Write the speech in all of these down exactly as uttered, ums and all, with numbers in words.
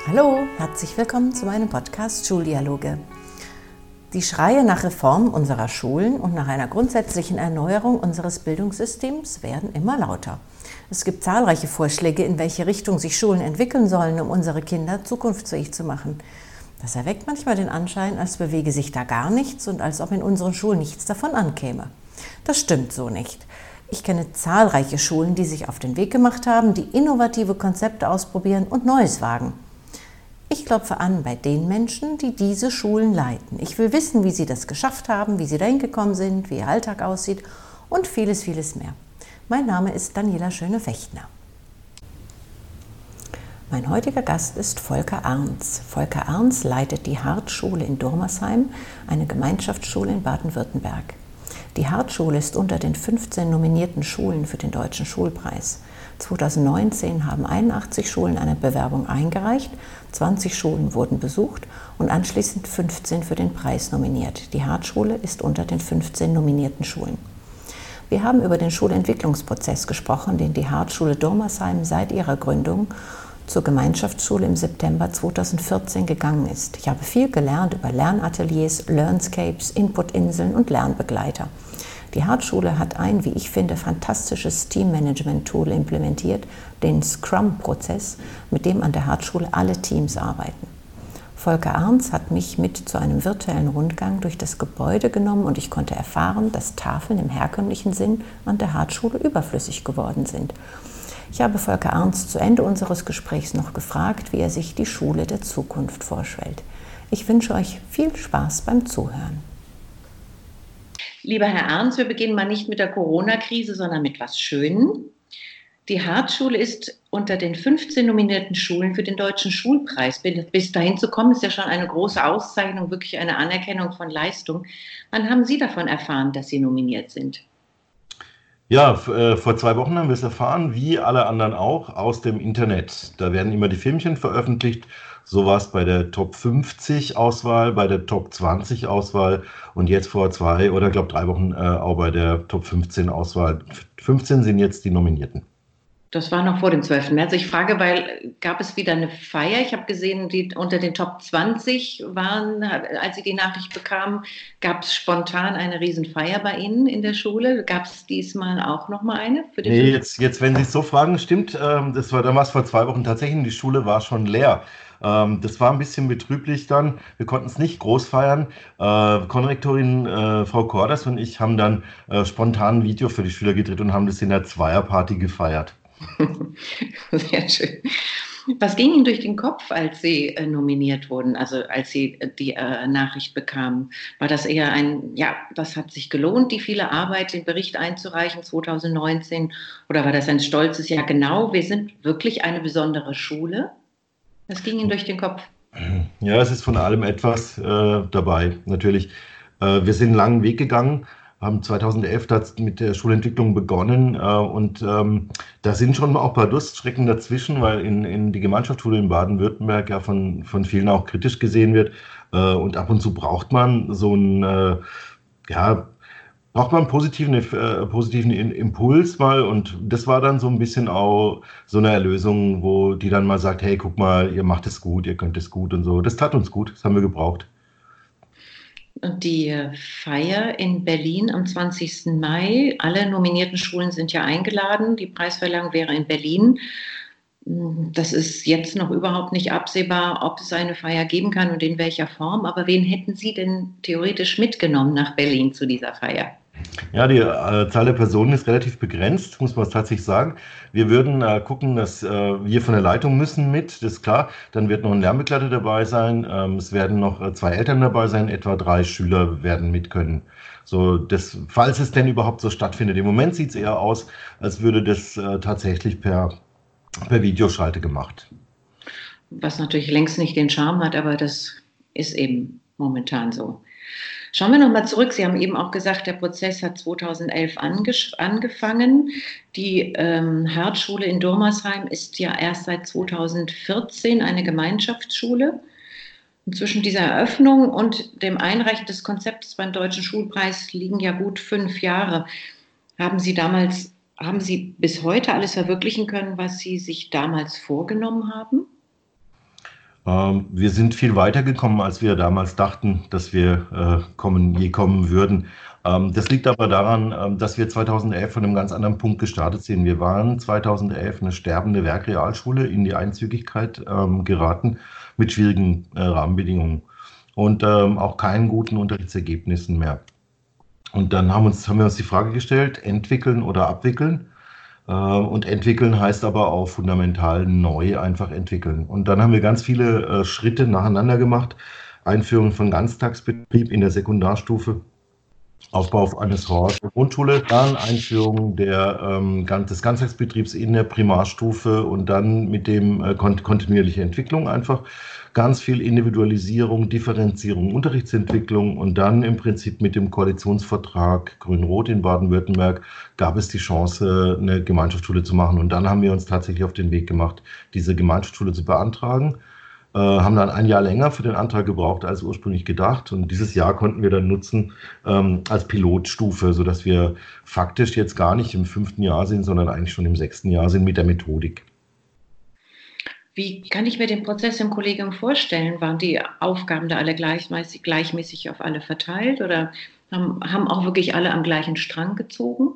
Hallo, herzlich willkommen zu meinem Podcast Schuldialoge. Die Schreie nach Reform unserer Schulen und nach einer grundsätzlichen Erneuerung unseres Bildungssystems werden immer lauter. Es gibt zahlreiche Vorschläge, in welche Richtung sich Schulen entwickeln sollen, um unsere Kinder zukunftsfähig zu machen. Das erweckt manchmal den Anschein, als bewege sich da gar nichts und als ob in unseren Schulen nichts davon ankäme. Das stimmt so nicht. Ich kenne zahlreiche Schulen, die sich auf den Weg gemacht haben, die innovative Konzepte ausprobieren und Neues wagen. Ich klopfe an bei den Menschen, die diese Schulen leiten. Ich will wissen, wie sie das geschafft haben, wie sie dahin gekommen sind, wie ihr Alltag aussieht und vieles, vieles mehr. Mein Name ist Daniela Schöne-Fechtner. Mein heutiger Gast ist Volker Arns. Volker Arns leitet die Hardt-Schule in Durmersheim, eine Gemeinschaftsschule in Baden-Württemberg. Die Hardt-Schule ist unter den fünfzehn nominierten Schulen für den Deutschen Schulpreis. zweitausendneunzehn haben einundachtzig Schulen eine Bewerbung eingereicht, zwanzig Schulen wurden besucht und anschließend fünfzehn für den Preis nominiert. Die Hardt-Schule ist unter den fünfzehn nominierten Schulen. Wir haben über den Schulentwicklungsprozess gesprochen, den die Hardt-Schule Durmersheim seit ihrer Gründung zur Gemeinschaftsschule im September zweitausendvierzehn gegangen ist. Ich habe viel gelernt über Lernateliers, Learnscapes, Inputinseln und Lernbegleiter. Die Hardt-Schule hat ein, wie ich finde, fantastisches Teammanagement-Tool implementiert, den Scrum-Prozess, mit dem an der Hardt-Schule alle Teams arbeiten. Volker Arns hat mich mit zu einem virtuellen Rundgang durch das Gebäude genommen und ich konnte erfahren, dass Tafeln im herkömmlichen Sinn an der Hardt-Schule überflüssig geworden sind. Ich habe Volker Arns zu Ende unseres Gesprächs noch gefragt, wie er sich die Schule der Zukunft vorstellt. Ich wünsche euch viel Spaß beim Zuhören. Lieber Herr Arns, wir beginnen mal nicht mit der Corona-Krise, sondern mit was Schönem. Die Hardt-Schule ist unter den fünfzehn nominierten Schulen für den Deutschen Schulpreis. Bis dahin zu kommen, ist ja schon eine große Auszeichnung, wirklich eine Anerkennung von Leistung. Wann haben Sie davon erfahren, dass Sie nominiert sind? Ja, f- äh, vor zwei Wochen haben wir es erfahren, wie alle anderen auch, aus dem Internet. Da werden immer die Filmchen veröffentlicht. So war es bei der Top fünfzig Auswahl, bei der Top zwanzig Auswahl und jetzt vor zwei oder glaube drei Wochen äh, auch bei der Top fünfzehn Auswahl. fünfzehn sind jetzt die Nominierten. Das war noch vor dem zwölften März. Ich frage, weil gab es wieder eine Feier? Ich habe gesehen, die unter den Top zwanzig waren, als Sie die Nachricht bekamen, gab es spontan eine Riesenfeier bei Ihnen in der Schule. Gab es diesmal auch noch mal eine? Für die Nee, fünf- jetzt, jetzt, wenn Sie es so fragen, stimmt, ähm, das war damals vor zwei Wochen tatsächlich, die Schule war schon leer. Ähm, das war ein bisschen betrüblich dann. Wir konnten es nicht groß feiern. Äh, Konrektorin äh, Frau Korders und ich haben dann äh, spontan ein Video für die Schüler gedreht und haben das in der Zweierparty gefeiert. Sehr schön. Was ging Ihnen durch den Kopf, als Sie äh, nominiert wurden, also als Sie äh, die äh, Nachricht bekamen? War das eher ein, ja, das hat sich gelohnt, die viele Arbeit, den Bericht einzureichen zweitausendneunzehn? Oder war das ein stolzes, ja genau, wir sind wirklich eine besondere Schule? Was ging Ihnen durch den Kopf? Ja, es ist von allem etwas äh, dabei, natürlich. Äh, wir sind einen langen Weg gegangen, haben zweitausendelf das mit der Schulentwicklung begonnen äh, und ähm, da sind schon auch ein paar Durststrecken dazwischen, weil in, in die Gemeinschaftsschule in Baden-Württemberg ja von, von vielen auch kritisch gesehen wird äh, und ab und zu braucht man so einen, äh, ja, braucht man einen positiven, äh, positiven In- Impuls mal und das war dann so ein bisschen auch so eine Erlösung, wo die dann mal sagt, hey, guck mal, ihr macht es gut, ihr könnt es gut und so. Das tat uns gut, das haben wir gebraucht. Und die äh, Feier in Berlin am zwanzigsten Mai, alle nominierten Schulen sind ja eingeladen, die Preisverleihung wäre in Berlin. Mm, Das ist jetzt noch überhaupt nicht absehbar, ob es eine Feier geben kann und in welcher Form. Aber wen hätten Sie denn theoretisch mitgenommen nach Berlin zu dieser Feier? Ja, die äh, Zahl der Personen ist relativ begrenzt, muss man tatsächlich sagen. Wir würden äh, gucken, dass äh, wir von der Leitung müssen mit, das ist klar. Dann wird noch ein Lernbegleiter dabei sein. Ähm, es werden noch äh, zwei Eltern dabei sein, etwa drei Schüler werden mit können. So, das, falls es denn überhaupt so stattfindet. Im Moment sieht es eher aus, als würde das äh, tatsächlich per, per Videoschalte gemacht. Was natürlich längst nicht den Charme hat, aber das ist eben momentan so. Schauen wir nochmal zurück. Sie haben eben auch gesagt, der Prozess hat zweitausendelf ange- angefangen. Die ähm, Hardt-Schule in Durmersheim ist ja erst seit zweitausendvierzehn eine Gemeinschaftsschule. Und zwischen dieser Eröffnung und dem Einreichen des Konzepts beim Deutschen Schulpreis liegen ja gut fünf Jahre. Haben Sie damals, haben Sie bis heute alles verwirklichen können, was Sie sich damals vorgenommen haben? Ähm, wir sind viel weiter gekommen, als wir damals dachten, dass wir äh, kommen, je kommen würden. Ähm, das liegt aber daran, ähm, dass wir zweitausendelf von einem ganz anderen Punkt gestartet sind. Wir waren zweitausendelf eine sterbende Werkrealschule in die Einzügigkeit ähm, geraten mit schwierigen äh, Rahmenbedingungen und ähm, auch keinen guten Unterrichtsergebnissen mehr. Und dann haben, uns, haben wir uns die Frage gestellt, entwickeln oder abwickeln. Äh, Und entwickeln heißt aber auch fundamental neu einfach entwickeln. Und dann haben wir ganz viele äh, Schritte nacheinander gemacht. Einführung von Ganztagsbetrieb in der Sekundarstufe, Aufbau auf eines Hort der Grundschule, dann Einführung der, ähm, gan- des Ganztagsbetriebs in der Primarstufe und dann mit dem äh, kont kontinuierliche Entwicklung einfach ganz viel Individualisierung, Differenzierung, Unterrichtsentwicklung und dann im Prinzip mit dem Koalitionsvertrag Grün-Rot in Baden-Württemberg gab es die Chance, eine Gemeinschaftsschule zu machen. Und dann haben wir uns tatsächlich auf den Weg gemacht, diese Gemeinschaftsschule zu beantragen. Äh, haben dann ein Jahr länger für den Antrag gebraucht als ursprünglich gedacht. Und dieses Jahr konnten wir dann nutzen ähm, als Pilotstufe, sodass wir faktisch jetzt gar nicht im fünften Jahr sind, sondern eigentlich schon im sechsten Jahr sind mit der Methodik. Wie kann ich mir den Prozess im Kollegium vorstellen? Waren die Aufgaben da alle gleichmäßig, gleichmäßig auf alle verteilt oder haben, haben auch wirklich alle am gleichen Strang gezogen?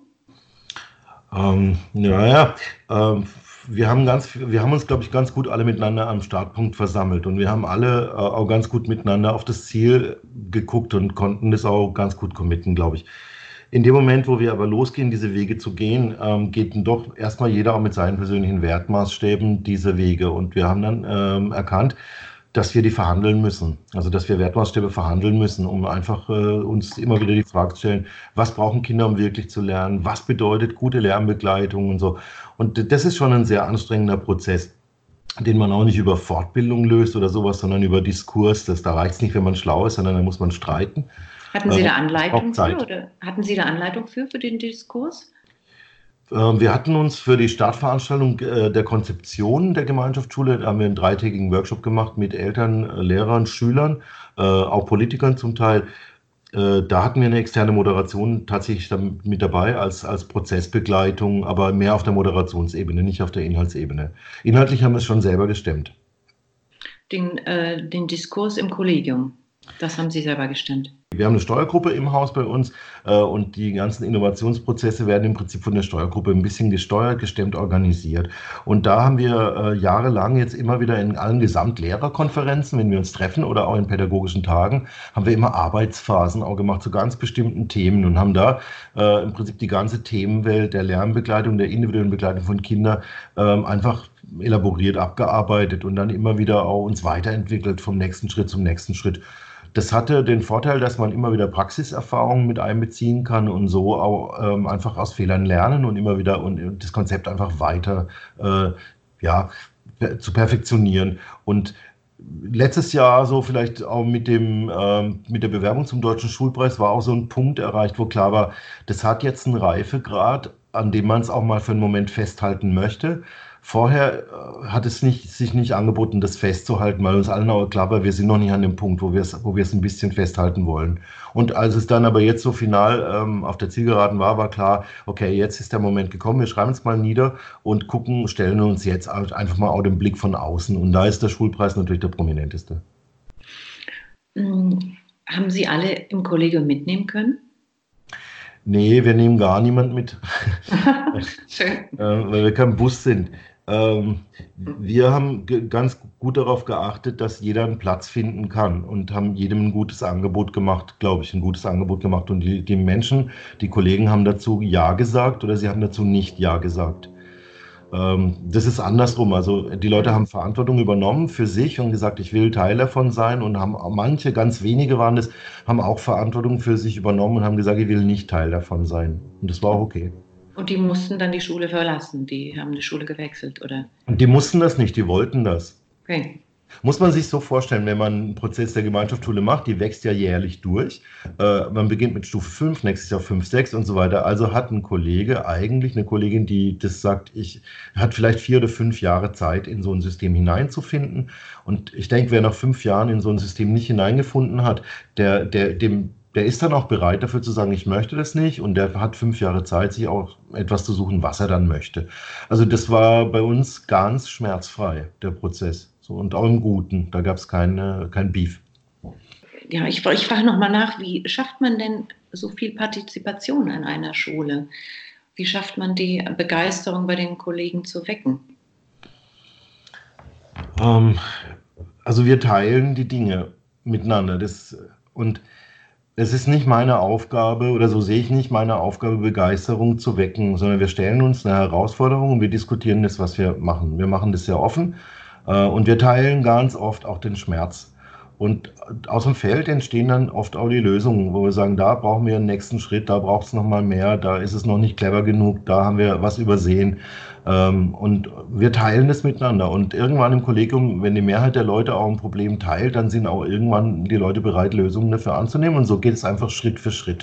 Ähm, naja, ähm, wir haben ganz, wir haben uns, glaube ich, ganz gut alle miteinander am Startpunkt versammelt und wir haben alle äh, auch ganz gut miteinander auf das Ziel geguckt und konnten das auch ganz gut committen, glaube ich. In dem Moment, wo wir aber losgehen, diese Wege zu gehen, ähm, geht dann doch erstmal jeder auch mit seinen persönlichen Wertmaßstäben diese Wege. Und wir haben dann ähm, erkannt, dass wir die verhandeln müssen. Also dass wir Wertmaßstäbe verhandeln müssen, um einfach äh, uns immer wieder die Frage zu stellen, was brauchen Kinder, um wirklich zu lernen? Was bedeutet gute Lernbegleitung und so? Und das ist schon ein sehr anstrengender Prozess, den man auch nicht über Fortbildung löst oder sowas, sondern über Diskurs. Das, da reicht es nicht, wenn man schlau ist, sondern da muss man streiten. Hatten Sie Äh, da das Anleitung braucht für Zeit. oder hatten Sie da Anleitung für, für den Diskurs? Ähm, Wir hatten uns für die Startveranstaltung äh, der Konzeption der Gemeinschaftsschule, da haben wir einen dreitägigen Workshop gemacht mit Eltern, äh, Lehrern, Schülern, äh, auch Politikern zum Teil. Äh, Da hatten wir eine externe Moderation tatsächlich dann mit dabei als, als Prozessbegleitung, aber mehr auf der Moderationsebene, nicht auf der Inhaltsebene. Inhaltlich haben wir es schon selber gestemmt. Den, äh, den Diskurs im Kollegium, das haben Sie selber gestimmt. Wir haben eine Steuergruppe im Haus bei uns äh, und die ganzen Innovationsprozesse werden im Prinzip von der Steuergruppe ein bisschen gesteuert, gestemmt, organisiert. Und da haben wir äh, jahrelang jetzt immer wieder in allen Gesamtlehrerkonferenzen, wenn wir uns treffen oder auch in pädagogischen Tagen, haben wir immer Arbeitsphasen auch gemacht zu ganz bestimmten Themen und haben da äh, im Prinzip die ganze Themenwelt der Lernbegleitung, der individuellen Begleitung von Kindern ähm, einfach elaboriert, abgearbeitet und dann immer wieder auch uns weiterentwickelt vom nächsten Schritt zum nächsten Schritt. Das hatte den Vorteil, dass man immer wieder Praxiserfahrungen mit einbeziehen kann und so auch ähm, einfach aus Fehlern lernen und immer wieder und, und das Konzept einfach weiter äh, ja, per- zu perfektionieren. Und letztes Jahr so vielleicht auch mit dem ähm, mit der Bewerbung zum Deutschen Schulpreis war auch so ein Punkt erreicht, wo klar war, das hat jetzt einen Reifegrad, an dem man es auch mal für einen Moment festhalten möchte. Vorher äh, hat es nicht, sich nicht angeboten, das festzuhalten, weil uns allen auch klar war, wir sind noch nicht an dem Punkt, wo wir es, wo wir es ein bisschen festhalten wollen. Und als es dann aber jetzt so final ähm, auf der Zielgeraden war, war klar, okay, jetzt ist der Moment gekommen, wir schreiben es mal nieder und gucken, stellen uns jetzt einfach mal auch den Blick von außen. Und da ist der Schulpreis natürlich der prominenteste. Hm, haben Sie alle im Kollegium mitnehmen können? Nee, wir nehmen gar niemand mit, Schön. äh, weil wir kein Bus sind. Ähm, wir haben ge- ganz gut darauf geachtet, dass jeder einen Platz finden kann und haben jedem ein gutes Angebot gemacht, glaube ich, ein gutes Angebot gemacht. Und die, die Menschen, die Kollegen haben dazu Ja gesagt oder sie haben dazu nicht Ja gesagt. Ähm, das ist andersrum. Also die Leute haben Verantwortung übernommen für sich und gesagt, ich will Teil davon sein und haben manche, ganz wenige waren es, haben auch Verantwortung für sich übernommen und haben gesagt, ich will nicht Teil davon sein. Und das war auch okay. Und die mussten dann die Schule verlassen, die haben die Schule gewechselt, oder? Und die mussten das nicht, die wollten das. Okay. Muss man sich so vorstellen, wenn man einen Prozess der Gemeinschaftsschule macht, die wächst ja jährlich durch. Äh, man beginnt mit Stufe fünf, nächstes Jahr fünf, sechs und so weiter. Also hat ein Kollege eigentlich, eine Kollegin, die das sagt, ich hat vielleicht vier oder fünf Jahre Zeit, in so ein System hineinzufinden. Und ich denke, wer nach fünf Jahren in so ein System nicht hineingefunden hat, der, der, dem, der ist dann auch bereit dafür zu sagen, ich möchte das nicht. Und der hat fünf Jahre Zeit, sich auch etwas zu suchen, was er dann möchte. Also das war bei uns ganz schmerzfrei, der Prozess. So, und auch im Guten, da gab es keine, kein Beef. Ja, ich, ich frage nochmal nach, wie schafft man denn so viel Partizipation an einer Schule? Wie schafft man die Begeisterung bei den Kollegen zu wecken? Ähm, also wir teilen die Dinge miteinander. Das, und es ist nicht meine Aufgabe, oder so sehe ich nicht meine Aufgabe, Begeisterung zu wecken, sondern wir stellen uns eine Herausforderung und wir diskutieren das, was wir machen. Wir machen das sehr offen äh, und wir teilen ganz oft auch den Schmerz. Und aus dem Feld entstehen dann oft auch die Lösungen, wo wir sagen, da brauchen wir einen nächsten Schritt, da braucht es nochmal mehr, da ist es noch nicht clever genug, da haben wir was übersehen. Ähm, und wir teilen das miteinander. Und irgendwann im Kollegium, wenn die Mehrheit der Leute auch ein Problem teilt, dann sind auch irgendwann die Leute bereit, Lösungen dafür anzunehmen. Und so geht es einfach Schritt für Schritt.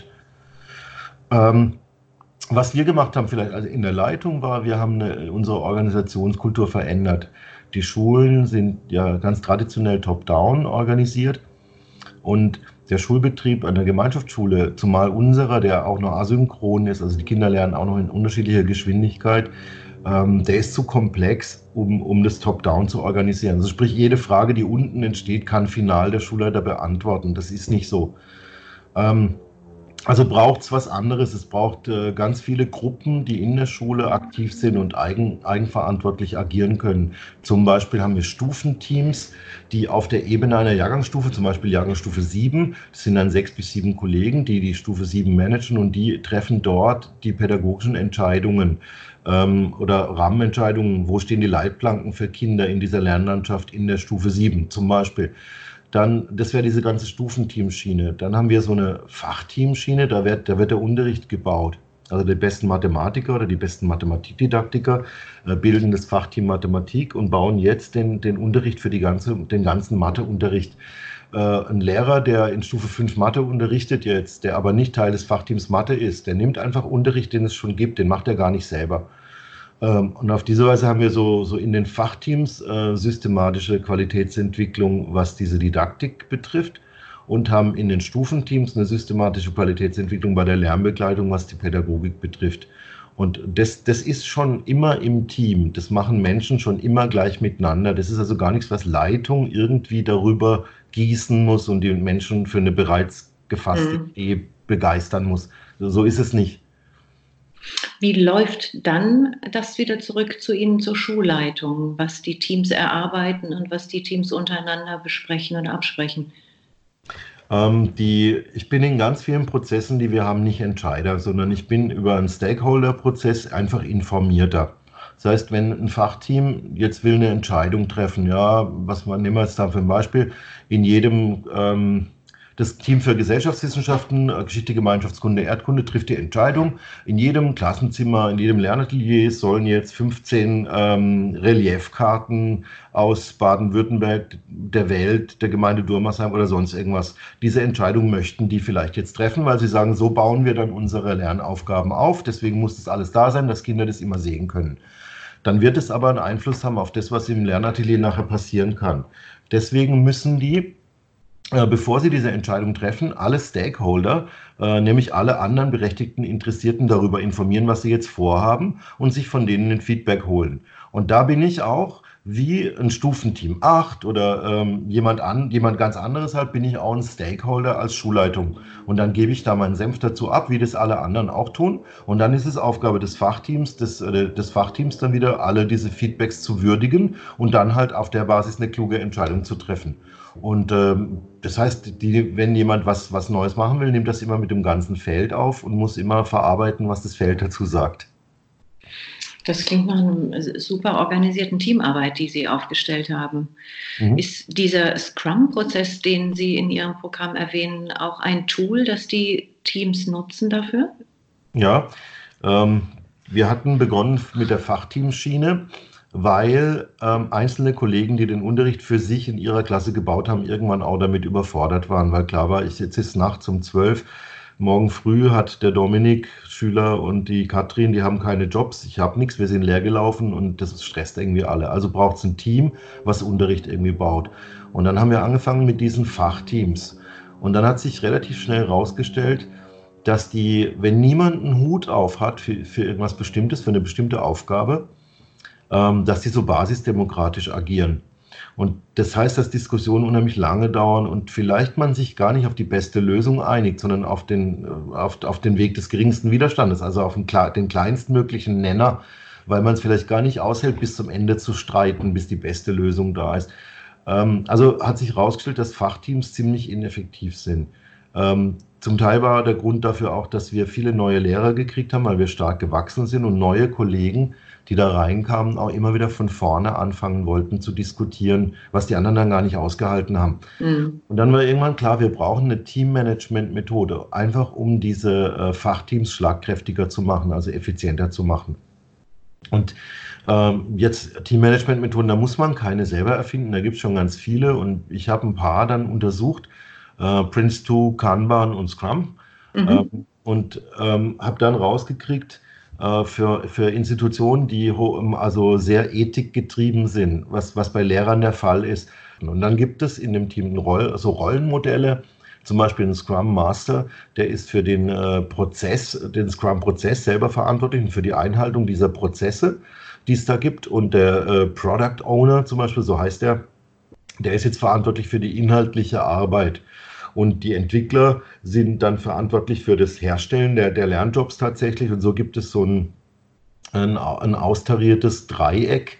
Ähm, was wir gemacht haben, vielleicht also in der Leitung, war, wir haben eine, unsere Organisationskultur verändert. Die Schulen sind ja ganz traditionell top-down organisiert und der Schulbetrieb an der Gemeinschaftsschule, zumal unserer, der auch noch asynchron ist, also die Kinder lernen auch noch in unterschiedlicher Geschwindigkeit, ähm, der ist zu komplex, um, um das top-down zu organisieren. Also sprich, jede Frage, die unten entsteht, kann final der Schulleiter beantworten. Das ist nicht so. Ähm, Also braucht es was anderes. Es braucht äh, ganz viele Gruppen, die in der Schule aktiv sind und eigen, eigenverantwortlich agieren können. Zum Beispiel haben wir Stufenteams, die auf der Ebene einer Jahrgangsstufe, zum Beispiel Jahrgangsstufe sieben, das sind dann sechs bis sieben Kollegen, die die Stufe sieben managen und die treffen dort die pädagogischen Entscheidungen ähm, oder Rahmenentscheidungen. Wo stehen die Leitplanken für Kinder in dieser Lernlandschaft in der Stufe sieben zum Beispiel? Dann, das wäre diese ganze Stufenteamschiene. Dann haben wir so eine Fachteamschiene, da wird, da wird der Unterricht gebaut. Also die besten Mathematiker oder die besten Mathematikdidaktiker äh, bilden das Fachteam Mathematik und bauen jetzt den, den Unterricht für die ganze, den ganzen Matheunterricht. Äh, ein Lehrer, der in Stufe fünf Mathe unterrichtet jetzt, der aber nicht Teil des Fachteams Mathe ist, der nimmt einfach Unterricht, den es schon gibt, den macht er gar nicht selber. Und auf diese Weise haben wir so, so in den Fachteams äh, systematische Qualitätsentwicklung, was diese Didaktik betrifft, und haben in den Stufenteams eine systematische Qualitätsentwicklung bei der Lernbegleitung, was die Pädagogik betrifft. Und das, das ist schon immer im Team. Das machen Menschen schon immer gleich miteinander. Das ist also gar nichts, was Leitung irgendwie darüber gießen muss und die Menschen für eine bereits gefasste Mhm. Idee begeistern muss. So ist es nicht. Wie läuft dann das wieder zurück zu Ihnen zur Schulleitung, was die Teams erarbeiten und was die Teams untereinander besprechen und absprechen? Ähm, die, ich bin in ganz vielen Prozessen, die wir haben, nicht Entscheider, sondern ich bin über einen Stakeholder-Prozess einfach informierter. Das heißt, wenn ein Fachteam jetzt will eine Entscheidung treffen, ja, was man nehmen wir jetzt da für ein Beispiel, in jedem ähm, das Team für Gesellschaftswissenschaften, Geschichte, Gemeinschaftskunde, Erdkunde trifft die Entscheidung. In jedem Klassenzimmer, in jedem Lernatelier sollen jetzt fünfzehn ähm, Reliefkarten aus Baden-Württemberg, der Welt, der Gemeinde Durmersheim oder sonst irgendwas. Diese Entscheidung möchten die vielleicht jetzt treffen, weil sie sagen, so bauen wir dann unsere Lernaufgaben auf. Deswegen muss das alles da sein, dass Kinder das immer sehen können. Dann wird es aber einen Einfluss haben auf das, was im Lernatelier nachher passieren kann. Deswegen müssen die, bevor sie diese Entscheidung treffen, alle Stakeholder, äh, nämlich alle anderen berechtigten Interessierten darüber informieren, was sie jetzt vorhaben und sich von denen ein Feedback holen. Und da bin ich auch, wie ein Stufenteam acht oder ähm, jemand, an, jemand ganz anderes halt, bin ich auch ein Stakeholder als Schulleitung. Und dann gebe ich da meinen Senf dazu ab, wie das alle anderen auch tun. Und dann ist es Aufgabe des Fachteams, des, äh, des Fachteams dann wieder, alle diese Feedbacks zu würdigen und dann halt auf der Basis eine kluge Entscheidung zu treffen. Und ähm, das heißt, die, wenn jemand was, was Neues machen will, nimmt das immer mit dem ganzen Feld auf und muss immer verarbeiten, was das Feld dazu sagt. Das klingt nach einer super organisierten Teamarbeit, die Sie aufgestellt haben. Mhm. Ist dieser Scrum-Prozess, den Sie in Ihrem Programm erwähnen, auch ein Tool, das die Teams nutzen dafür? Ja, ähm, wir hatten begonnen mit der Fachteamschiene, weil ähm, einzelne Kollegen, die den Unterricht für sich in ihrer Klasse gebaut haben, irgendwann auch damit überfordert waren, weil klar war, ich jetzt ist nachts um zwölf, morgen früh hat der Dominik, Schüler, und die Katrin, die haben keine Jobs, ich habe nichts, wir sind leer gelaufen und das stresst irgendwie alle. Also braucht es ein Team, was Unterricht irgendwie baut. Und dann haben wir angefangen mit diesen Fachteams. Und dann hat sich relativ schnell herausgestellt, dass die, wenn niemand einen Hut auf hat für, für irgendwas Bestimmtes, für eine bestimmte Aufgabe, dass die so basisdemokratisch agieren. Und das heißt, dass Diskussionen unheimlich lange dauern und vielleicht man sich gar nicht auf die beste Lösung einigt, sondern auf den, auf, auf den Weg des geringsten Widerstandes, also auf den, den kleinstmöglichen Nenner, weil man es vielleicht gar nicht aushält, bis zum Ende zu streiten, bis die beste Lösung da ist. Ähm, also hat sich herausgestellt, dass Fachteams ziemlich ineffektiv sind. Ähm, zum Teil war der Grund dafür auch, dass wir viele neue Lehrer gekriegt haben, weil wir stark gewachsen sind und neue Kollegen, die da reinkamen, auch immer wieder von vorne anfangen wollten zu diskutieren, was die anderen dann gar nicht ausgehalten haben. Mhm. Und dann war irgendwann klar, wir brauchen eine Teammanagement-Methode, einfach um diese äh, Fachteams schlagkräftiger zu machen, also effizienter zu machen. Und ähm, jetzt Teammanagement-Methoden, da muss man keine selber erfinden, da gibt es schon ganz viele und ich habe ein paar dann untersucht, äh, Prince zwei, Kanban und Scrum, mhm. ähm, und ähm, habe dann rausgekriegt, Für, für Institutionen, die also sehr ethikgetrieben sind, was, was bei Lehrern der Fall ist. Und dann gibt es in dem Team Roll, so Rollenmodelle, zum Beispiel ein Scrum Master, der ist für den äh, Prozess, den Scrum-Prozess selber verantwortlich und für die Einhaltung dieser Prozesse, die es da gibt. Und der äh, Product Owner zum Beispiel, so heißt er, der ist jetzt verantwortlich für die inhaltliche Arbeit. Und die Entwickler sind dann verantwortlich für das Herstellen der, der Lernjobs tatsächlich. Und so gibt es so ein, ein, ein austariertes Dreieck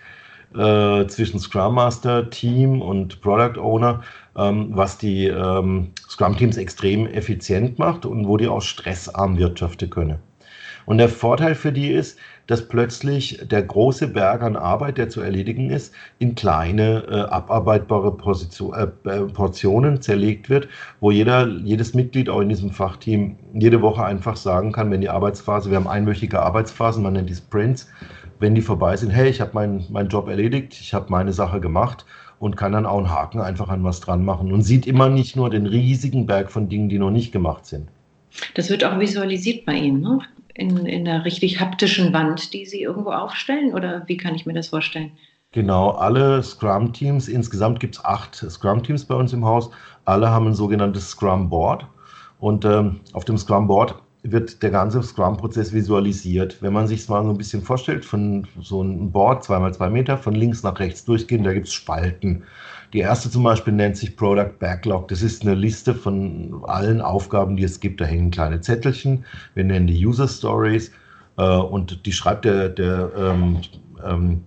äh, zwischen Scrum Master, Team und Product Owner, ähm, was die ähm, Scrum-Teams extrem effizient macht und wo die auch stressarm wirtschaften können. Und der Vorteil für die ist, dass plötzlich der große Berg an Arbeit, der zu erledigen ist, in kleine, äh, abarbeitbare Position, äh, Portionen zerlegt wird, wo jeder, jedes Mitglied auch in diesem Fachteam jede Woche einfach sagen kann, wenn die Arbeitsphase, wir haben einwöchige Arbeitsphasen, man nennt die Sprints, wenn die vorbei sind, hey, ich habe meinen meinen Job erledigt, ich habe meine Sache gemacht und kann dann auch einen Haken einfach an was dran machen und sieht immer nicht nur den riesigen Berg von Dingen, die noch nicht gemacht sind. Das wird auch visualisiert bei Ihnen, ne? In, in einer richtig haptischen Wand, die Sie irgendwo aufstellen? Oder wie kann ich mir das vorstellen? Genau, alle Scrum-Teams, insgesamt gibt es acht Scrum-Teams bei uns im Haus, alle haben ein sogenanntes Scrum-Board. Und ähm, auf dem Scrum-Board wird der ganze Scrum-Prozess visualisiert. Wenn man sich es mal so ein bisschen vorstellt, von so einem Board, zwei mal zwei Meter, von links nach rechts durchgehen, da gibt es Spalten. Die erste zum Beispiel nennt sich Product Backlog. Das ist eine Liste von allen Aufgaben, die es gibt. Da hängen kleine Zettelchen. Wir nennen die User Stories. Äh, und die schreibt der, der, ähm, ähm,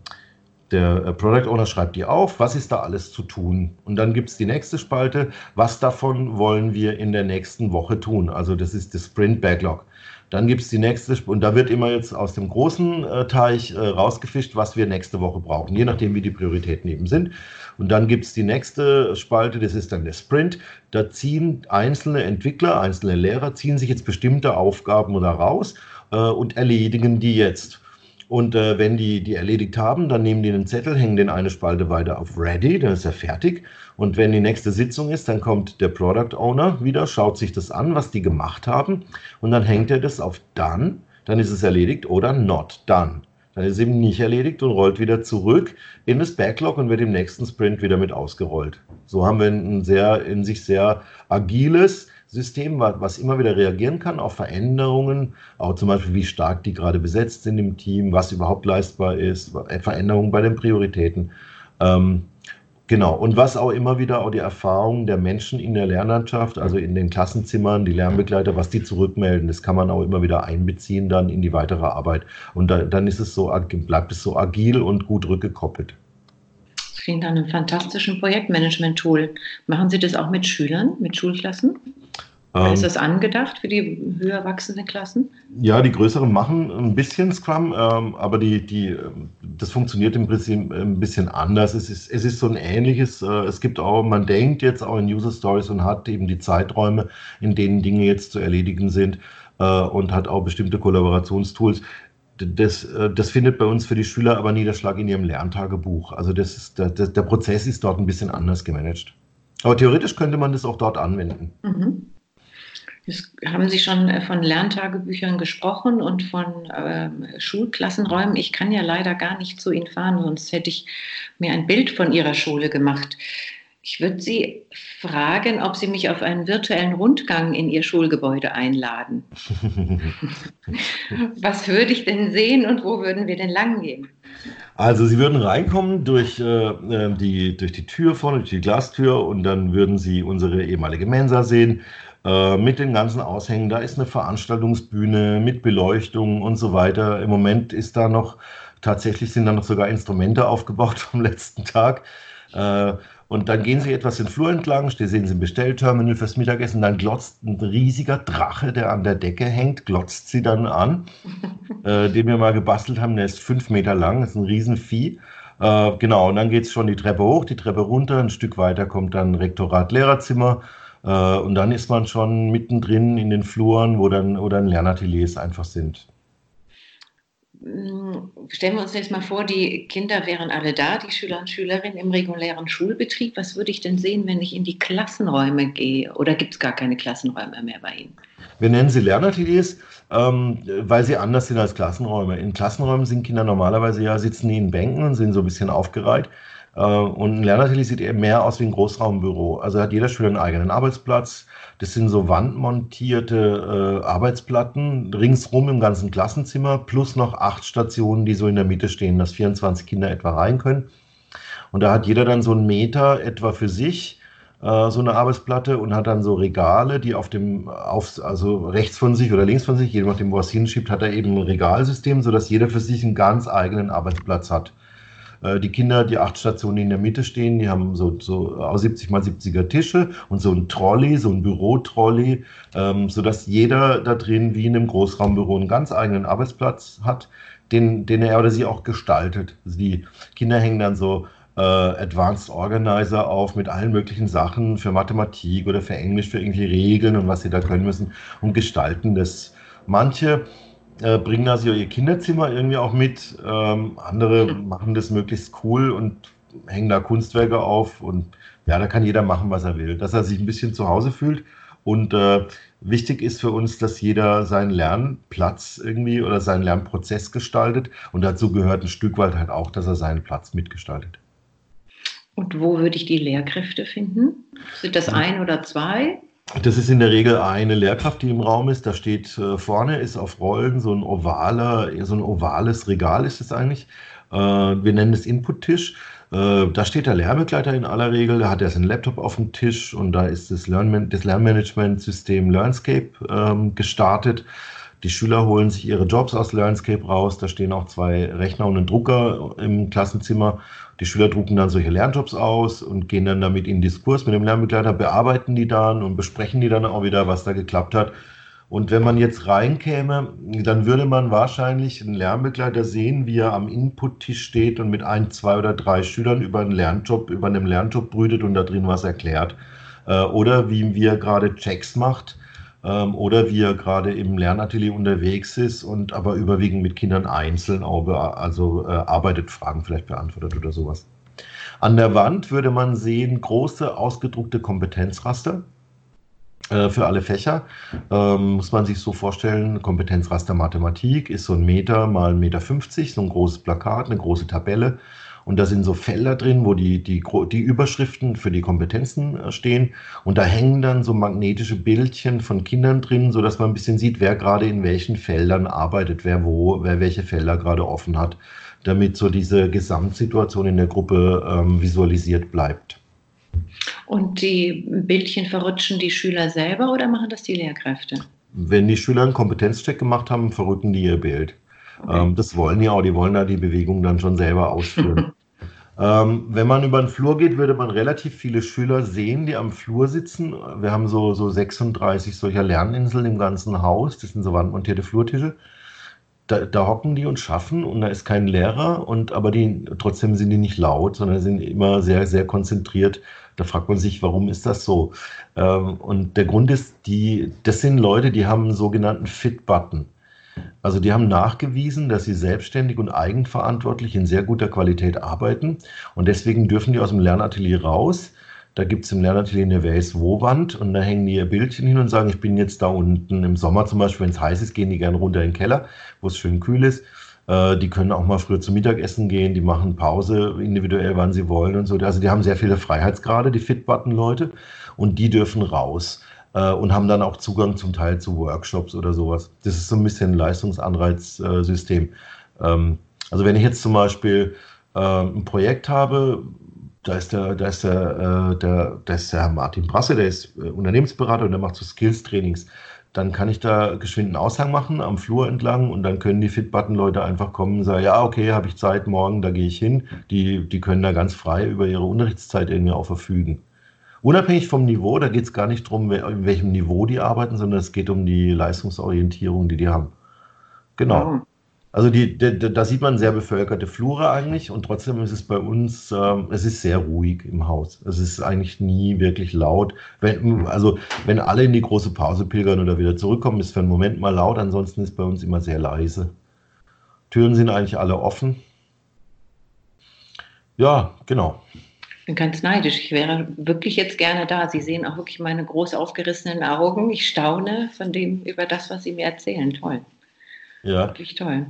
der Product Owner schreibt die auf. Was ist da alles zu tun? Und dann gibt es die nächste Spalte. Was davon wollen wir in der nächsten Woche tun? Also das ist das Sprint Backlog. Dann gibt es die nächste, und da wird immer jetzt aus dem großen äh, Teich äh, rausgefischt, was wir nächste Woche brauchen, je nachdem, wie die Prioritäten eben sind. Und dann gibt es die nächste Spalte, das ist dann der Sprint. Da ziehen einzelne Entwickler, einzelne Lehrer, ziehen sich jetzt bestimmte Aufgaben oder raus äh, und erledigen die jetzt. Und äh, wenn die die erledigt haben, dann nehmen die einen Zettel, hängen den eine Spalte weiter auf Ready, dann ist er fertig. Und wenn die nächste Sitzung ist, dann kommt der Product Owner wieder, schaut sich das an, was die gemacht haben. Und dann hängt er das auf Done, dann ist es erledigt, oder Not Done. Dann ist es eben nicht erledigt und rollt wieder zurück in das Backlog und wird im nächsten Sprint wieder mit ausgerollt. So haben wir ein sehr in sich sehr agiles System, was immer wieder reagieren kann auf Veränderungen, auch zum Beispiel, wie stark die gerade besetzt sind im Team, was überhaupt leistbar ist, Veränderungen bei den Prioritäten. Ähm, genau, und was auch immer wieder auch die Erfahrungen der Menschen in der Lernlandschaft, also in den Klassenzimmern, die Lernbegleiter, was die zurückmelden, das kann man auch immer wieder einbeziehen dann in die weitere Arbeit. Und da, dann ist es so, bleibt es so agil und gut rückgekoppelt. Das klingt nach einem fantastischen Projektmanagement-Tool. Machen Sie das auch mit Schülern, mit Schulklassen? Oder ist das angedacht für die höher wachsenden Klassen? Ja, die größeren machen ein bisschen Scrum, ähm, aber die, die, das funktioniert im Prinzip ein bisschen anders. Es ist, es ist so ein ähnliches, äh, es gibt auch, man denkt jetzt auch in User Stories und hat eben die Zeiträume, in denen Dinge jetzt zu erledigen sind, äh, und hat auch bestimmte Kollaborationstools. Das, das findet bei uns für die Schüler aber Niederschlag in ihrem Lerntagebuch. Also das ist, der, der Prozess ist dort ein bisschen anders gemanagt. Aber theoretisch könnte man das auch dort anwenden. Mhm. Jetzt haben Sie schon von Lerntagebüchern gesprochen und von äh, Schulklassenräumen. Ich kann ja leider gar nicht zu Ihnen fahren, sonst hätte ich mir ein Bild von Ihrer Schule gemacht. Ich würde Sie fragen, ob Sie mich auf einen virtuellen Rundgang in Ihr Schulgebäude einladen. Was würde ich denn sehen und wo würden wir denn lang gehen? Also Sie würden reinkommen durch, äh, die, durch die Tür vorne, durch die Glastür und dann würden Sie unsere ehemalige Mensa sehen äh, mit den ganzen Aushängen. Da ist eine Veranstaltungsbühne mit Beleuchtung und so weiter. Im Moment ist da noch, tatsächlich sind da noch sogar Instrumente aufgebaut vom letzten Tag. Äh, und dann gehen Sie etwas den Flur entlang, da sehen Sie ein Bestellterminal fürs Mittagessen, dann glotzt ein riesiger Drache, der an der Decke hängt, glotzt Sie dann an. Äh, den wir mal gebastelt haben, der ist fünf Meter lang, das ist ein Riesenvieh. Äh, genau, und dann geht es schon die Treppe hoch, die Treppe runter, ein Stück weiter kommt dann Rektorat, Lehrerzimmer äh, und dann ist man schon mittendrin in den Fluren, wo dann, wo dann Lernateliers einfach sind. Stellen wir uns jetzt mal vor, die Kinder wären alle da, die Schüler und Schülerinnen im regulären Schulbetrieb. Was würde ich denn sehen, wenn ich in die Klassenräume gehe? Oder gibt es gar keine Klassenräume mehr bei Ihnen? Wir nennen sie Lernateliers, ähm, weil sie anders sind als Klassenräume. In Klassenräumen sind Kinder normalerweise ja, sitzen die in Bänken und sind so ein bisschen aufgereiht. Äh, und ein Lernatelier sieht eher mehr aus wie ein Großraumbüro. Also hat jeder Schüler einen eigenen Arbeitsplatz. Das sind so wandmontierte äh, Arbeitsplatten ringsrum im ganzen Klassenzimmer plus noch acht Stationen, die so in der Mitte stehen, dass vierundzwanzig Kinder etwa rein können. Und da hat jeder dann so einen Meter etwa für sich, äh, so eine Arbeitsplatte und hat dann so Regale, die auf dem, auf, also rechts von sich oder links von sich, je nachdem, wo er es hinschiebt, hat er eben ein Regalsystem, sodass jeder für sich einen ganz eigenen Arbeitsplatz hat. Die Kinder, die acht Stationen, die in der Mitte stehen, die haben so, so siebzig mal siebziger Tische und so ein Trolley, so ein Bürotrolley, ähm, sodass jeder da drin wie in einem Großraumbüro einen ganz eigenen Arbeitsplatz hat, den, den er oder sie auch gestaltet. Also die Kinder hängen dann so äh, Advanced Organizer auf mit allen möglichen Sachen für Mathematik oder für Englisch, für irgendwelche Regeln und was sie da können müssen und gestalten das. Manche Äh, bringen also ihr Kinderzimmer irgendwie auch mit. Ähm, andere machen das möglichst cool und hängen da Kunstwerke auf. Und ja, da kann jeder machen, was er will. Dass er sich ein bisschen zu Hause fühlt. Und äh, wichtig ist für uns, dass jeder seinen Lernplatz irgendwie oder seinen Lernprozess gestaltet. Und dazu gehört ein Stück weit halt auch, dass er seinen Platz mitgestaltet. Und wo würde ich die Lehrkräfte finden? Sind das ein oder zwei? Das ist in der Regel eine Lehrkraft, die im Raum ist. Da steht äh, vorne, ist auf Rollen so ein ovaler, so ein ovales Regal ist es eigentlich. Äh, wir nennen es Input-Tisch. Äh, da steht der Lehrbegleiter in aller Regel. Da hat er seinen Laptop auf dem Tisch und da ist das, Lernman- das Lernmanagementsystem Learnscape ähm, gestartet. Die Schüler holen sich ihre Jobs aus Learnscape raus. Da stehen auch zwei Rechner und ein Drucker im Klassenzimmer. Die Schüler drucken dann solche Lernjobs aus und gehen dann damit in Diskurs mit dem Lernbegleiter, bearbeiten die dann und besprechen die dann auch wieder, was da geklappt hat. Und wenn man jetzt reinkäme, dann würde man wahrscheinlich einen Lernbegleiter sehen, wie er am Input-Tisch steht und mit ein, zwei oder drei Schülern über einen Lernjob, über einem Lernjob brütet und da drin was erklärt. Oder wie, wie er gerade Checks macht. Oder wie er gerade im Lernatelier unterwegs ist und aber überwiegend mit Kindern einzeln auch also äh, arbeitet, Fragen vielleicht beantwortet oder sowas. An der Wand würde man sehen große ausgedruckte Kompetenzraster äh, für alle Fächer. Ähm, muss man sich so vorstellen, Kompetenzraster Mathematik ist so ein Meter mal ein Meter fünfzig, so ein großes Plakat, eine große Tabelle. Und da sind so Felder drin, wo die, die, die Überschriften für die Kompetenzen stehen. Und da hängen dann so magnetische Bildchen von Kindern drin, sodass man ein bisschen sieht, wer gerade in welchen Feldern arbeitet, wer wo, wer welche Felder gerade offen hat, damit so diese Gesamtsituation in der Gruppe ähm, visualisiert bleibt. Und die Bildchen verrutschen die Schüler selber oder machen das die Lehrkräfte? Wenn die Schüler einen Kompetenzcheck gemacht haben, verrücken die ihr Bild. Okay. Das wollen die auch, die wollen da die Bewegung dann schon selber ausführen. ähm, wenn man über den Flur geht, würde man relativ viele Schüler sehen, die am Flur sitzen. Wir haben so, so sechsunddreißig solcher Lerninseln im ganzen Haus, das sind so wandmontierte Flurtische. Da, da hocken die und schaffen und da ist kein Lehrer, und, aber die, trotzdem sind die nicht laut, sondern sind immer sehr, sehr konzentriert. Da fragt man sich, warum ist das so? Ähm, und der Grund ist, die, das sind Leute, die haben einen sogenannten Fit-Button. Also die haben nachgewiesen, dass sie selbstständig und eigenverantwortlich in sehr guter Qualität arbeiten und deswegen dürfen die aus dem Lernatelier raus. Da gibt es im Lernatelier eine Wer-ist-wo-Wand und da hängen die ihr Bildchen hin und sagen, ich bin jetzt da unten im Sommer zum Beispiel, wenn es heiß ist, gehen die gerne runter in den Keller, wo es schön kühl ist. Äh, die können auch mal früher zum Mittagessen gehen, die machen Pause individuell, wann sie wollen und so. Also die haben sehr viele Freiheitsgrade, die Fitbutton-Leute, und die dürfen raus äh, und haben dann auch Zugang zum Teil zu Workshops oder sowas. Das ist so ein bisschen ein Leistungsanreizsystem. Ähm, also wenn ich jetzt zum Beispiel äh, ein Projekt habe, da ist der, da ist der, äh, der, da ist der Herr Martin Brasse, der ist äh, Unternehmensberater und der macht so Skills-Trainings. Dann kann ich da geschwind einen Aushang machen am Flur entlang und dann können die Fitbutton-Leute einfach kommen und sagen, ja, okay, habe ich Zeit, morgen, da gehe ich hin. Die, die können da ganz frei über ihre Unterrichtszeit irgendwie auch verfügen. Unabhängig vom Niveau, da geht es gar nicht darum, in welchem Niveau die arbeiten, sondern es geht um die Leistungsorientierung, die die haben. Genau. Wow. Also die, de, de, da sieht man sehr bevölkerte Flure eigentlich und trotzdem ist es bei uns, ähm, es ist sehr ruhig im Haus. Es ist eigentlich nie wirklich laut. Wenn, also wenn alle in die große Pause pilgern oder wieder zurückkommen, ist für einen Moment mal laut, ansonsten ist bei uns immer sehr leise. Türen sind eigentlich alle offen. Ja, genau. Ich bin ganz neidisch. Ich wäre wirklich jetzt gerne da. Sie sehen auch wirklich meine groß aufgerissenen Augen. Ich staune von dem über das, was Sie mir erzählen. Toll. Ja. Wirklich toll.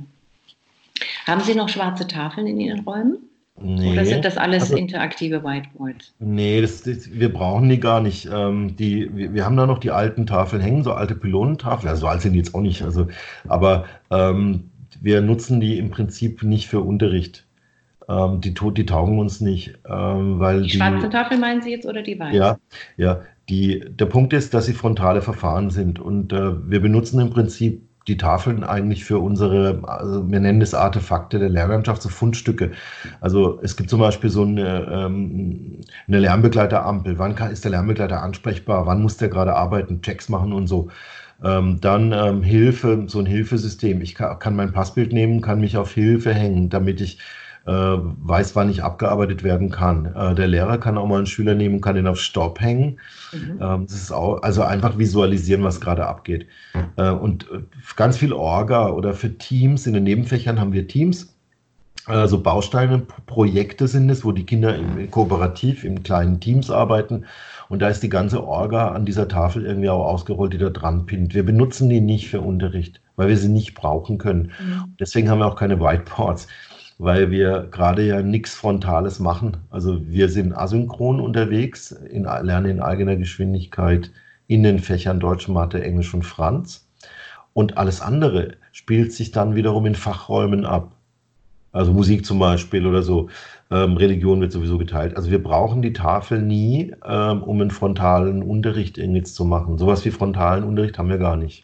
Haben Sie noch schwarze Tafeln in Ihren Räumen? Nee. Oder sind das alles Also, interaktive Whiteboards? nee, das, das, wir brauchen die gar nicht. Ähm, die, wir, wir haben da noch die alten Tafeln hängen, so alte Pylonentafeln. Ja, so alt sind die jetzt auch nicht. Also, aber ähm, wir nutzen die im Prinzip nicht für Unterricht. Ähm, die, die taugen uns nicht, ähm, weil Die die. schwarzen Tafeln meinen Sie jetzt oder die weißen? Ja, ja. Die, der Punkt ist, dass sie frontale Verfahren sind und äh, wir benutzen im Prinzip die Tafeln eigentlich für unsere, also wir nennen das Artefakte der Lernlandschaft, so Fundstücke. Also es gibt zum Beispiel so eine, ähm, eine Lernbegleiterampel. Wann kann, ist der Lernbegleiter ansprechbar? Wann muss der gerade arbeiten? Checks machen und so. Ähm, dann ähm, Hilfe, so ein Hilfesystem. Ich kann, kann mein Passbild nehmen, kann mich auf Hilfe hängen, damit ich äh, weiß, wann ich abgearbeitet werden kann. Äh, der Lehrer kann auch mal einen Schüler nehmen und kann ihn auf Stopp hängen. Mhm. Ähm, das ist auch, also einfach visualisieren, was gerade abgeht. Äh, und äh, ganz viel Orga oder für Teams, in den Nebenfächern haben wir Teams. Also Bausteine, P- Projekte sind es, wo die Kinder im, kooperativ in kleinen Teams arbeiten. Und da ist die ganze Orga an dieser Tafel irgendwie auch ausgerollt, die da dran pinnt. Wir benutzen die nicht für Unterricht, weil wir sie nicht brauchen können. Mhm. Deswegen haben wir auch keine Whiteboards, weil wir gerade ja nichts Frontales machen. Also wir sind asynchron unterwegs, in, lernen in eigener Geschwindigkeit in den Fächern Deutsch, Mathe, Englisch und Franz. Und alles andere spielt sich dann wiederum in Fachräumen ab. Also Musik zum Beispiel oder so. Ähm, Religion wird sowieso geteilt. Also wir brauchen die Tafel nie, ähm, um einen frontalen Unterricht jetzt zu machen. Sowas wie frontalen Unterricht haben wir gar nicht.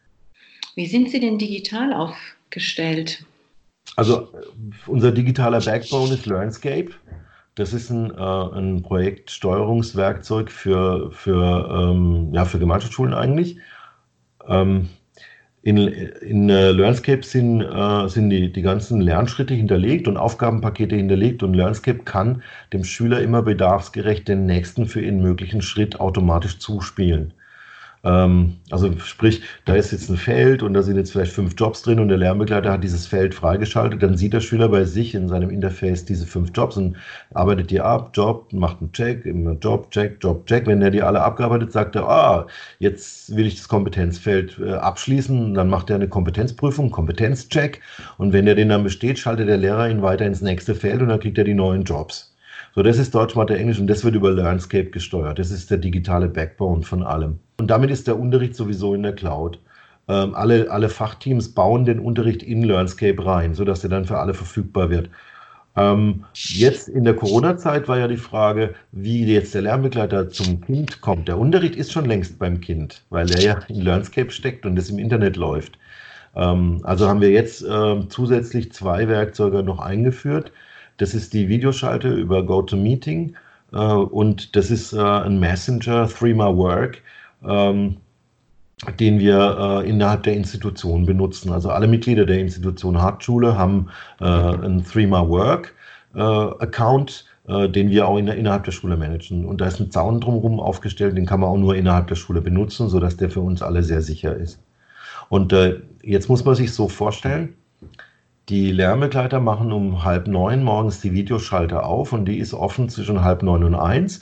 Wie sind Sie denn digital aufgestellt? Also äh, unser digitaler Backbone ist Learnscape. Das ist ein, äh, ein Projektsteuerungswerkzeug für, für, ähm, ja, für Gemeinschaftsschulen eigentlich. Ähm, In, in äh, Learnscape sind, äh, sind die, die ganzen Lernschritte hinterlegt und Aufgabenpakete hinterlegt und Learnscape kann dem Schüler immer bedarfsgerecht den nächsten für ihn möglichen Schritt automatisch zuspielen. Ähm, also sprich, da ist jetzt ein Feld und da sind jetzt vielleicht fünf Jobs drin und der Lernbegleiter hat dieses Feld freigeschaltet, dann sieht der Schüler bei sich in seinem Interface diese fünf Jobs und arbeitet die ab, Job, macht einen Check, immer Job, Check, Job, Check. Wenn er die alle abgearbeitet, sagt er, ah, jetzt will ich das Kompetenzfeld äh, abschließen, dann macht er eine Kompetenzprüfung, Kompetenzcheck und wenn er den dann besteht, schaltet der Lehrer ihn weiter ins nächste Feld und dann kriegt er die neuen Jobs. So, das ist Deutsch, Mathe, Englisch und das wird über Learnscape gesteuert. Das ist der digitale Backbone von allem. Und damit ist der Unterricht sowieso in der Cloud. Ähm, alle, alle Fachteams bauen den Unterricht in Learnscape rein, sodass er dann für alle verfügbar wird. Ähm, jetzt in der Corona-Zeit war ja die Frage, wie jetzt der Lernbegleiter zum Kind kommt. Der Unterricht ist schon längst beim Kind, weil er ja in Learnscape steckt und es im Internet läuft. Ähm, also haben wir jetzt äh, zusätzlich zwei Werkzeuge noch eingeführt. Das ist die Videoschalte über GoToMeeting äh, und das ist äh, ein Messenger, Threema Work, ähm, den wir äh, innerhalb der Institution benutzen. Also alle Mitglieder der Institution Hartschule haben äh, einen Threema Work äh, Account, äh, den wir auch in der, innerhalb der Schule managen. Und da ist ein Zaun drumherum aufgestellt, den kann man auch nur innerhalb der Schule benutzen, sodass der für uns alle sehr sicher ist. Und äh, jetzt muss man sich so vorstellen, die Lernbegleiter machen um halb neun morgens die Videoschalter auf und die ist offen zwischen halb neun und eins.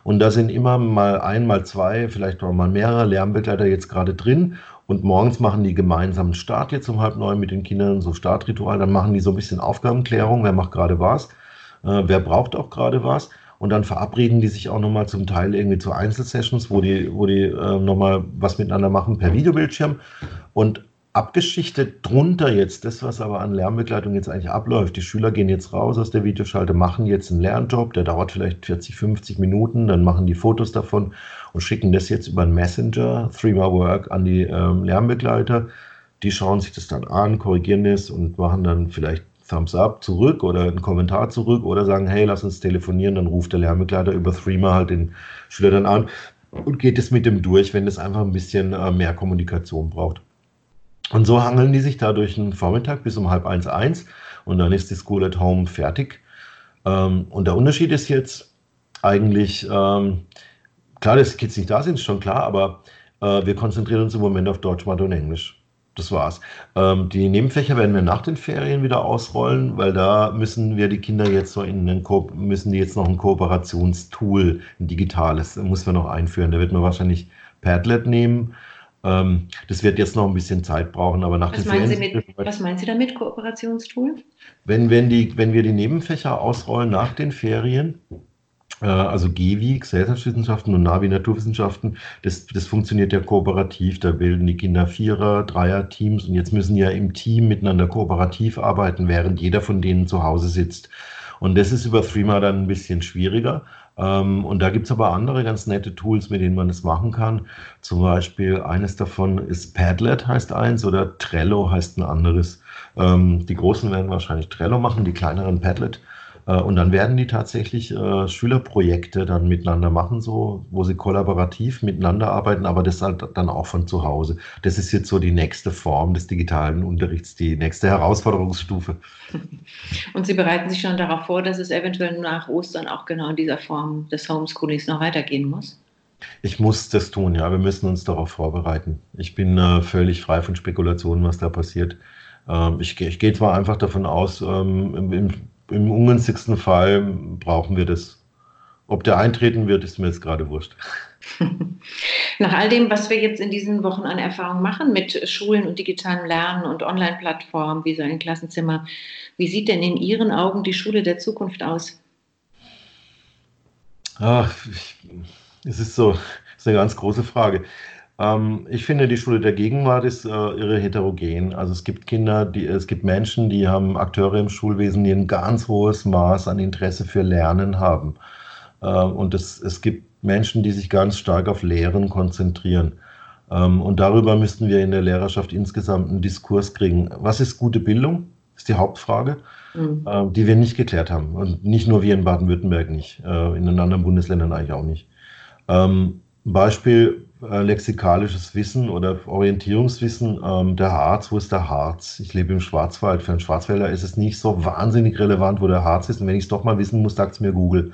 Und da sind immer mal ein, mal zwei, vielleicht auch mal mehrere Lernbegleiter jetzt gerade drin. Und morgens machen die gemeinsamen Start jetzt um halb neun mit den Kindern, so Startritual. Dann machen die so ein bisschen Aufgabenklärung, wer macht gerade was, äh, wer braucht auch gerade was. Und dann verabreden die sich auch nochmal zum Teil irgendwie zu Einzelsessions, wo die, wo die äh, nochmal was miteinander machen per Videobildschirm. Und abgeschichtet drunter jetzt, das, was aber an Lernbegleitung jetzt eigentlich abläuft. Die Schüler gehen jetzt raus aus der Videoschalte, machen jetzt einen Lernjob, der dauert vielleicht vierzig, fünfzig Minuten, dann machen die Fotos davon und schicken das jetzt über einen Messenger, Three More Work, an die ähm, Lernbegleiter. Die schauen sich das dann an, korrigieren das und machen dann vielleicht Thumbs up zurück oder einen Kommentar zurück oder sagen, hey, lass uns telefonieren, dann ruft der Lernbegleiter über Threema halt den Schüler dann an und geht es mit dem durch, wenn es einfach ein bisschen äh, mehr Kommunikation braucht. Und so hangeln die sich da durch den Vormittag bis um halb eins, eins und dann ist die School at Home fertig. Ähm, und der Unterschied ist jetzt eigentlich, ähm, klar, dass die Kids nicht da sind, ist schon klar, aber äh, wir konzentrieren uns im Moment auf Deutsch, Mathe und Englisch. Das war's. Ähm, die Nebenfächer werden wir nach den Ferien wieder ausrollen, weil da müssen wir die Kinder jetzt so in einen Ko müssen die jetzt noch ein Kooperationstool, ein digitales, muss man noch einführen. Da wird man wahrscheinlich Padlet nehmen. Ähm, das wird jetzt noch ein bisschen Zeit brauchen, aber nach Was den meinen Ferien. Sie mit, was meinen Sie damit, Kooperationstool? Wenn, wenn, die, wenn wir die Nebenfächer ausrollen nach den Ferien, äh, also G W I, Gesellschaftswissenschaften und Navi Naturwissenschaften, das, das funktioniert ja kooperativ. Da bilden die Kinder Vierer-, Dreier-Teams und jetzt müssen die ja im Team miteinander kooperativ arbeiten, während jeder von denen zu Hause sitzt. Und das ist über Threema dann ein bisschen schwieriger. Ähm, und da gibt es aber andere ganz nette Tools, mit denen man das machen kann. Zum Beispiel eines davon ist Padlet, heißt eins, oder Trello heißt ein anderes. Ähm, die Großen werden wahrscheinlich Trello machen, die kleineren Padlet. Äh, und dann werden die tatsächlich äh, Schülerprojekte dann miteinander machen, so, wo sie kollaborativ miteinander arbeiten, aber das halt dann auch von zu Hause. Das ist jetzt so die nächste Form des digitalen Unterrichts, die nächste Herausforderungsstufe. Und Sie bereiten sich schon darauf vor, dass es eventuell nach Ostern auch genau in dieser Form des Homeschoolings noch weitergehen muss? Ich muss das tun, ja. Wir müssen uns darauf vorbereiten. Ich bin äh, völlig frei von Spekulationen, was da passiert. Ähm, ich, ich gehe zwar einfach davon aus, ähm, im, im, im ungünstigsten Fall brauchen wir das. Ob der eintreten wird, ist mir jetzt gerade wurscht. Nach all dem, was wir jetzt in diesen Wochen an Erfahrung machen mit Schulen und digitalem Lernen und Online-Plattformen wie so ein Klassenzimmer, wie sieht denn in Ihren Augen die Schule der Zukunft aus? Ach, ich, es ist so, ist eine ganz große Frage. Ähm, ich finde, die Schule der Gegenwart ist äh, irre heterogen. Also es gibt Kinder, die, es gibt Menschen, die haben Akteure im Schulwesen, die ein ganz hohes Maß an Interesse für Lernen haben. Äh, und es, es gibt Menschen, die sich ganz stark auf Lehren konzentrieren. Ähm, und darüber müssten wir in der Lehrerschaft insgesamt einen Diskurs kriegen. Was ist gute Bildung? Ist die Hauptfrage, Mhm. äh, die wir nicht geklärt haben. Und nicht nur wir in Baden-Württemberg nicht, äh, in den anderen Bundesländern eigentlich auch nicht. Ähm, Beispiel äh, lexikalisches Wissen oder Orientierungswissen, ähm, der Harz, wo ist der Harz? Ich lebe im Schwarzwald. Für einen Schwarzwälder ist es nicht so wahnsinnig relevant, wo der Harz ist. Und wenn ich es doch mal wissen muss, sagt es mir Google.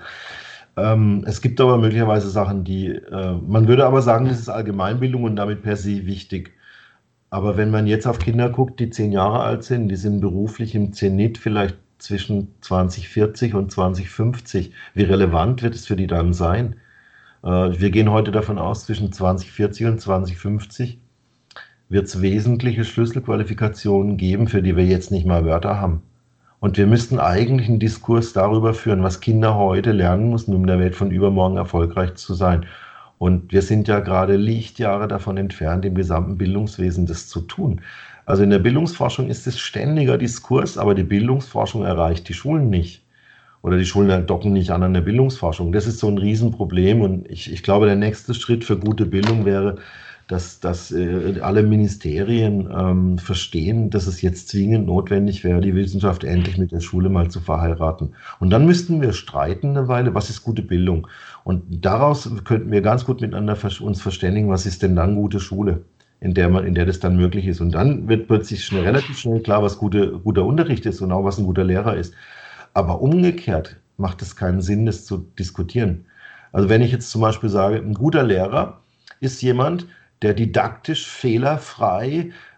Ähm, es gibt aber möglicherweise Sachen, die, äh, man würde aber sagen, das ist Allgemeinbildung und damit per se wichtig. Aber wenn man jetzt auf Kinder guckt, die zehn Jahre alt sind, die sind beruflich im Zenit vielleicht zwischen zwanzig vierzig und zwanzig fünfzig. Wie relevant wird es für die dann sein? Äh, wir gehen heute davon aus, zwischen zwanzig vierzig und zwanzig fünfzig wird es wesentliche Schlüsselqualifikationen geben, für die wir jetzt nicht mal Wörter haben. Und wir müssten eigentlich einen Diskurs darüber führen, was Kinder heute lernen müssen, um in der Welt von übermorgen erfolgreich zu sein. Und wir sind ja gerade Lichtjahre davon entfernt, im gesamten Bildungswesen das zu tun. Also in der Bildungsforschung ist es ständiger Diskurs, aber die Bildungsforschung erreicht die Schulen nicht. Oder die Schulen docken nicht an an der Bildungsforschung. Das ist so ein Riesenproblem. Und ich, ich glaube, der nächste Schritt für gute Bildung wäre, dass, dass äh, alle Ministerien ähm, verstehen, dass es jetzt zwingend notwendig wäre, die Wissenschaft endlich mit der Schule mal zu verheiraten. Und dann müssten wir streiten eine Weile, was ist gute Bildung? Und daraus könnten wir ganz gut miteinander uns verständigen, was ist denn dann gute Schule, in der, man, in der das dann möglich ist. Und dann wird plötzlich schnell, relativ schnell klar, was gute, guter Unterricht ist und auch was ein guter Lehrer ist. Aber umgekehrt macht es keinen Sinn, das zu diskutieren. Also wenn ich jetzt zum Beispiel sage, ein guter Lehrer ist jemand, der didaktisch fehlerfrei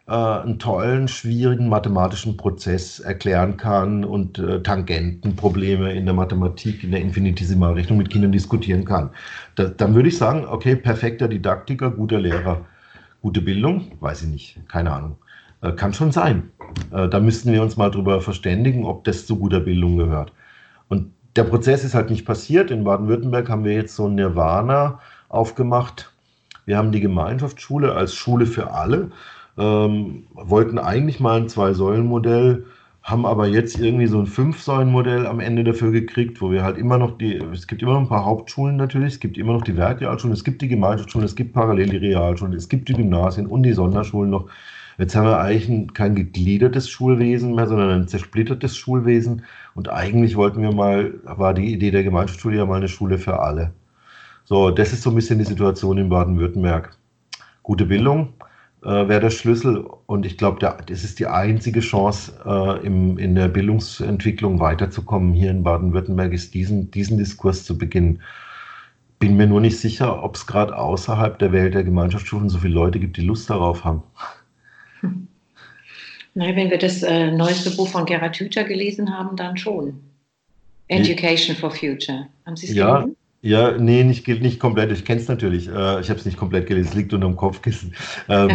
äh, einen tollen, schwierigen mathematischen Prozess erklären kann und äh, Tangentenprobleme in der Mathematik, in der Infinitesimalrechnung mit Kindern diskutieren kann. Da, dann würde ich sagen, okay, perfekter Didaktiker, guter Lehrer, gute Bildung, weiß ich nicht, keine Ahnung. Äh, kann schon sein. Äh, da müssten wir uns mal drüber verständigen, ob das zu guter Bildung gehört. Und der Prozess ist halt nicht passiert. In Baden-Württemberg haben wir jetzt so ein Nirvana aufgemacht. Wir haben die Gemeinschaftsschule als Schule für alle, ähm, wollten eigentlich mal ein Zwei-Säulen-Modell, haben aber jetzt irgendwie so ein Fünf-Säulen-Modell am Ende dafür gekriegt, wo wir halt immer noch die, es gibt immer noch ein paar Hauptschulen natürlich, es gibt immer noch die Werkrealschulen, es gibt die Gemeinschaftsschulen, es gibt parallel die Realschulen, es gibt die Gymnasien und die Sonderschulen noch. Jetzt haben wir eigentlich ein, kein gegliedertes Schulwesen mehr, sondern ein zersplittertes Schulwesen. Und eigentlich wollten wir mal, war die Idee der Gemeinschaftsschule ja mal eine Schule für alle. So, das ist so ein bisschen die Situation in Baden-Württemberg. Gute Bildung äh, wäre der Schlüssel. Und ich glaube, das ist die einzige Chance, äh, im, in der Bildungsentwicklung weiterzukommen. Hier in Baden-Württemberg ist diesen, diesen Diskurs zu beginnen. Bin mir nur nicht sicher, ob es gerade außerhalb der Welt der Gemeinschaftsschulen so viele Leute gibt, die Lust darauf haben. Naja, wenn wir das äh, neueste Buch von Gerhard Hüther gelesen haben, dann schon. Education for Future. Haben Sie es Ja, gelesen? ja, nee, nicht, ge- nicht komplett. Ich kenne es natürlich. Äh, ich habe es nicht komplett gelesen. Es liegt unter dem Kopfkissen. Ähm,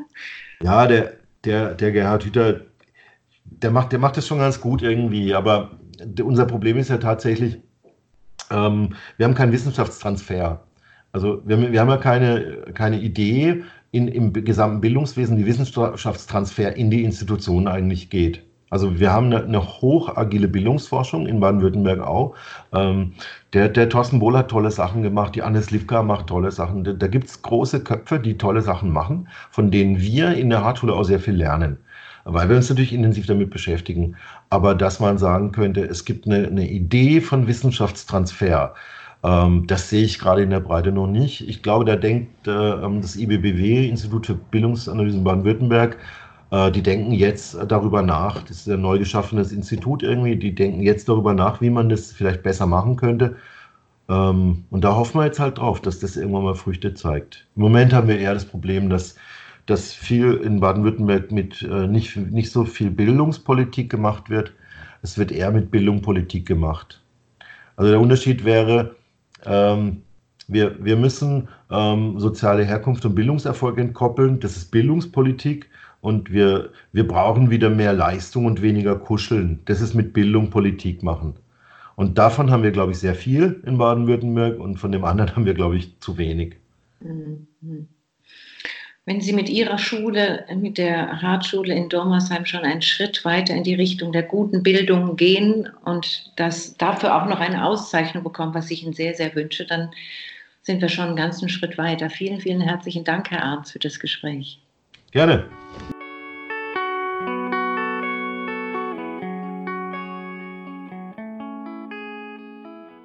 ja, der, der, der Gerhard Hüther, der macht, der macht das schon ganz gut irgendwie. Aber d- unser Problem ist ja tatsächlich, ähm, wir haben keinen Wissenschaftstransfer. Also wir, haben- wir haben ja keine, keine Idee in, im gesamten Bildungswesen, wie Wissenschaftstransfer in die Institutionen eigentlich geht. Also wir haben eine, eine hochagile Bildungsforschung in Baden-Württemberg auch. Ähm, der, der Thorsten Bohl hat tolle Sachen gemacht, die Anne Slivka macht tolle Sachen. Da, da gibt es große Köpfe, die tolle Sachen machen, von denen wir in der Hartschule auch sehr viel lernen, weil wir uns natürlich intensiv damit beschäftigen. Aber dass man sagen könnte, es gibt eine, eine Idee von Wissenschaftstransfer, ähm, das sehe ich gerade in der Breite noch nicht. Ich glaube, da denkt äh, das I B B W, Institut für Bildungsanalyse in Baden-Württemberg, äh, die denken jetzt darüber nach, das ist ein neu geschaffenes Institut irgendwie, die denken jetzt darüber nach, wie man das vielleicht besser machen könnte. Ähm, und da hoffen wir jetzt halt drauf, dass das irgendwann mal Früchte zeigt. Im Moment haben wir eher das Problem, dass, dass viel in Baden-Württemberg mit äh, nicht, nicht so viel Bildungspolitik gemacht wird. Es wird eher mit Bildung Politik gemacht. Also der Unterschied wäre, ähm, wir, wir müssen ähm, soziale Herkunft und Bildungserfolg entkoppeln. Das ist Bildungspolitik. Und wir, wir brauchen wieder mehr Leistung und weniger Kuscheln. Das ist mit Bildung Politik machen. Und davon haben wir, glaube ich, sehr viel in Baden-Württemberg und von dem anderen haben wir, glaube ich, zu wenig. Mhm. Wenn Sie mit Ihrer Schule, mit der Hartschule in Dormersheim schon einen Schritt weiter in die Richtung der guten Bildung gehen und das dafür auch noch eine Auszeichnung bekommen, was ich Ihnen sehr, sehr wünsche, dann sind wir schon einen ganzen Schritt weiter. Vielen, vielen herzlichen Dank, Herr Arndt, für das Gespräch. Gerne.